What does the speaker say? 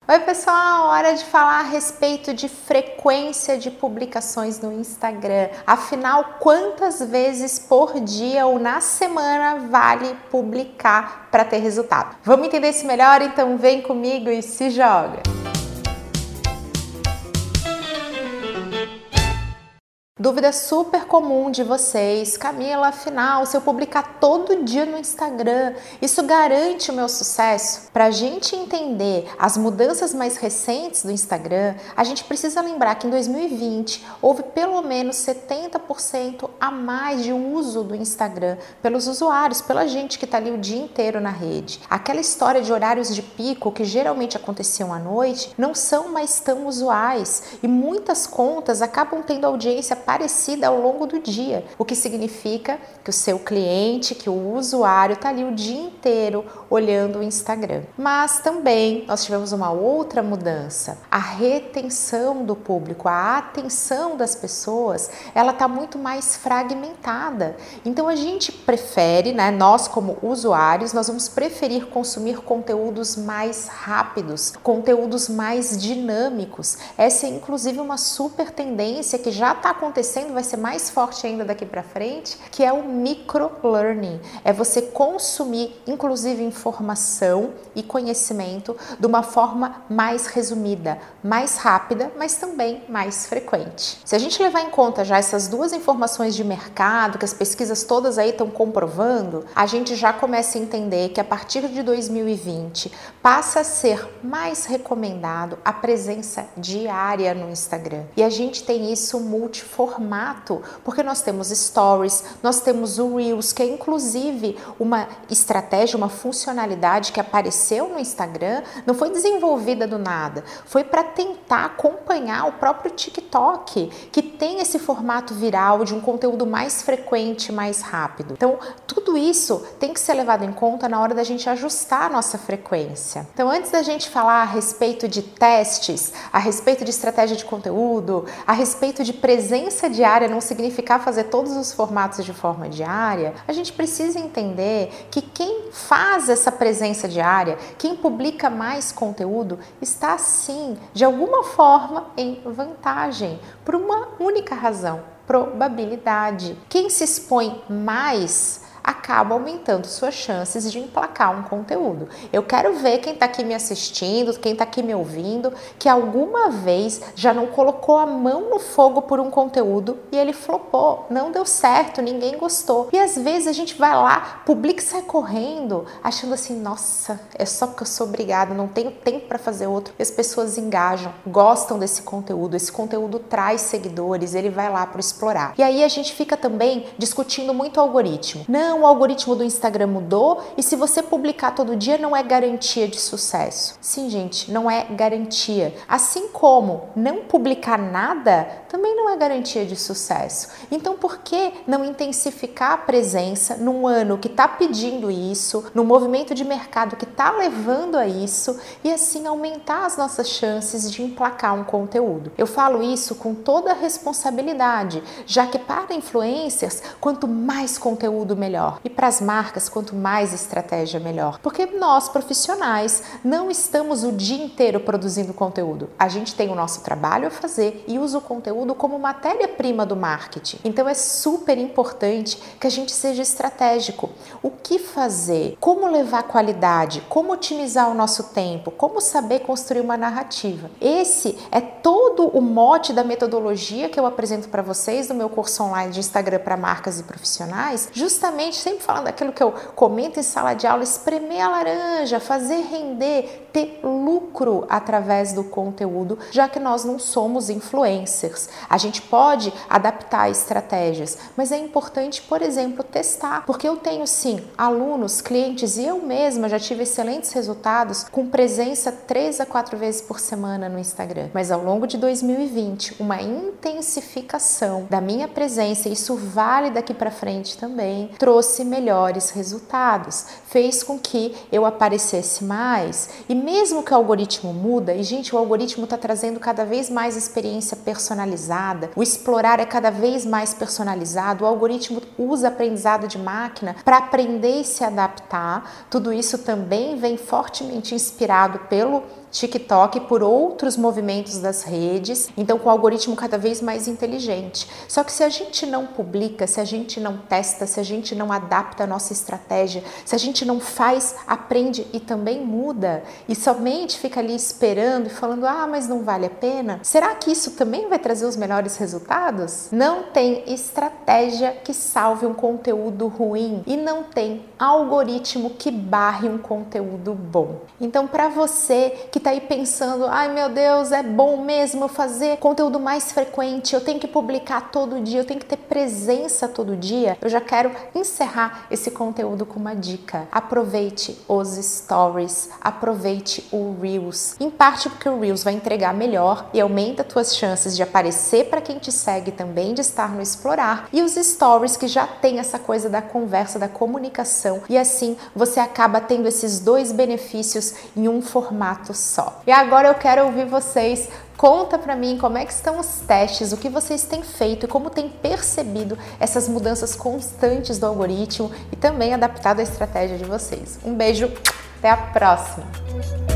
Oi pessoal, hora de falar a respeito de frequência de publicações no Instagram. Afinal, quantas vezes por dia ou na semana vale publicar para ter resultado? Vamos entender isso melhor? Então vem comigo e se joga! Dúvida super comum de vocês, Camila, afinal, se eu publicar todo dia no Instagram, isso garante o meu sucesso? Para a gente entender as mudanças mais recentes do Instagram, a gente precisa lembrar que em 2020 houve pelo menos 70% a mais de uso do Instagram pelos usuários, pela gente que está ali o dia inteiro na rede. Aquela história de horários de pico que geralmente aconteciam à noite não são mais tão usuais e muitas contas acabam tendo audiência parecida ao longo do dia, o que significa que o seu cliente, que o usuário está ali o dia inteiro olhando o Instagram. Mas também nós tivemos uma outra mudança, a retenção do público, a atenção das pessoas, ela está muito mais fragmentada. Então a gente prefere, nós como usuários, nós vamos preferir consumir conteúdos mais rápidos, conteúdos mais dinâmicos. Essa é inclusive uma super tendência que já está acontecendo, vai ser mais forte ainda daqui para frente, que é o microlearning. É você consumir, inclusive, informação e conhecimento de uma forma mais resumida, mais rápida, mas também mais frequente. Se a gente levar em conta já essas duas informações de mercado, que as pesquisas todas aí estão comprovando, a gente já começa a entender que a partir de 2020 passa a ser mais recomendado a presença diária no Instagram. E a gente tem isso multiformato, porque nós temos stories, nós temos o Reels, que é inclusive uma estratégia, uma funcionalidade que apareceu no Instagram, não foi desenvolvida do nada, foi para tentar acompanhar o próprio TikTok, que tem esse formato viral de um conteúdo mais frequente, mais rápido. Então, tudo isso tem que ser levado em conta na hora da gente ajustar a nossa frequência. Então, antes da gente falar a respeito de testes, a respeito de estratégia de conteúdo, a respeito de presença diária não significar fazer todos os formatos de forma diária, a gente precisa entender que quem faz essa presença diária, quem publica mais conteúdo, está sim, de alguma forma, em vantagem, por uma única razão: probabilidade. Quem se expõe mais acaba aumentando suas chances de emplacar um conteúdo. Eu quero ver quem está aqui me assistindo, quem está aqui me ouvindo, que alguma vez já não colocou a mão no fogo por um conteúdo e ele flopou, não deu certo, ninguém gostou. E às vezes a gente vai lá, publica e sai correndo, achando assim, nossa, é só porque eu sou obrigada, não tenho tempo para fazer outro. E as pessoas engajam, gostam desse conteúdo, esse conteúdo traz seguidores, ele vai lá para explorar. E aí a gente fica também discutindo muito o algoritmo. Não, o algoritmo do Instagram mudou e se você publicar todo dia não é garantia de sucesso. Sim, gente, não é garantia. Assim como não publicar nada também não é garantia de sucesso. Então, por que não intensificar a presença num ano que está pedindo isso, num movimento de mercado que está levando a isso e assim aumentar as nossas chances de emplacar um conteúdo? Eu falo isso com toda a responsabilidade, já que para influencers, quanto mais conteúdo, melhor. E para as marcas, quanto mais estratégia, melhor. Porque nós, profissionais, não estamos o dia inteiro produzindo conteúdo. A gente tem o nosso trabalho a fazer e usa o conteúdo como matéria-prima do marketing. Então é super importante que a gente seja estratégico. O que fazer? Como levar qualidade? Como otimizar o nosso tempo? Como saber construir uma narrativa? Esse é todo o mote da metodologia que eu apresento para vocês no meu curso online de Instagram para marcas e profissionais, justamente sempre falando daquilo que eu comento em sala de aula: espremer a laranja, fazer render, ter lucro através do conteúdo, já que nós não somos influencers. A gente pode adaptar estratégias, mas é importante, por exemplo, testar, porque eu tenho sim alunos, clientes e eu mesma já tive excelentes resultados com presença 3 a 4 vezes por semana no Instagram, mas ao longo de 2020, uma intensificação da minha presença, isso vale daqui para frente também, trouxe melhores resultados, fez com que eu aparecesse mais. E mesmo que o algoritmo muda, e gente, o algoritmo está trazendo cada vez mais experiência personalizada, o explorar é cada vez mais personalizado, o algoritmo usa aprendizado de máquina para aprender e se adaptar. Tudo isso também vem fortemente inspirado pelo TikTok por outros movimentos das redes, então com o algoritmo cada vez mais inteligente. Só que se a gente não publica, se a gente não testa, se a gente não adapta a nossa estratégia, se a gente não faz, aprende e também muda, e somente fica ali esperando e falando, mas não vale a pena, será que isso também vai trazer os melhores resultados? Não tem estratégia que salve um conteúdo ruim e não tem algoritmo que barre um conteúdo bom. Então, para você que tá aí pensando, ai meu Deus, é bom mesmo eu fazer conteúdo mais frequente, eu tenho que publicar todo dia, eu tenho que ter presença todo dia, eu já quero encerrar esse conteúdo com uma dica. Aproveite os stories, aproveite o Reels, em parte porque o Reels vai entregar melhor e aumenta as tuas chances de aparecer para quem te segue também, de estar no explorar, e os stories que já tem essa coisa da conversa, da comunicação, e assim você acaba tendo esses dois benefícios em um formato só. E agora eu quero ouvir vocês. Conta pra mim como é que estão os testes, o que vocês têm feito e como têm percebido essas mudanças constantes do algoritmo e também adaptado a estratégia de vocês. Um beijo, até a próxima!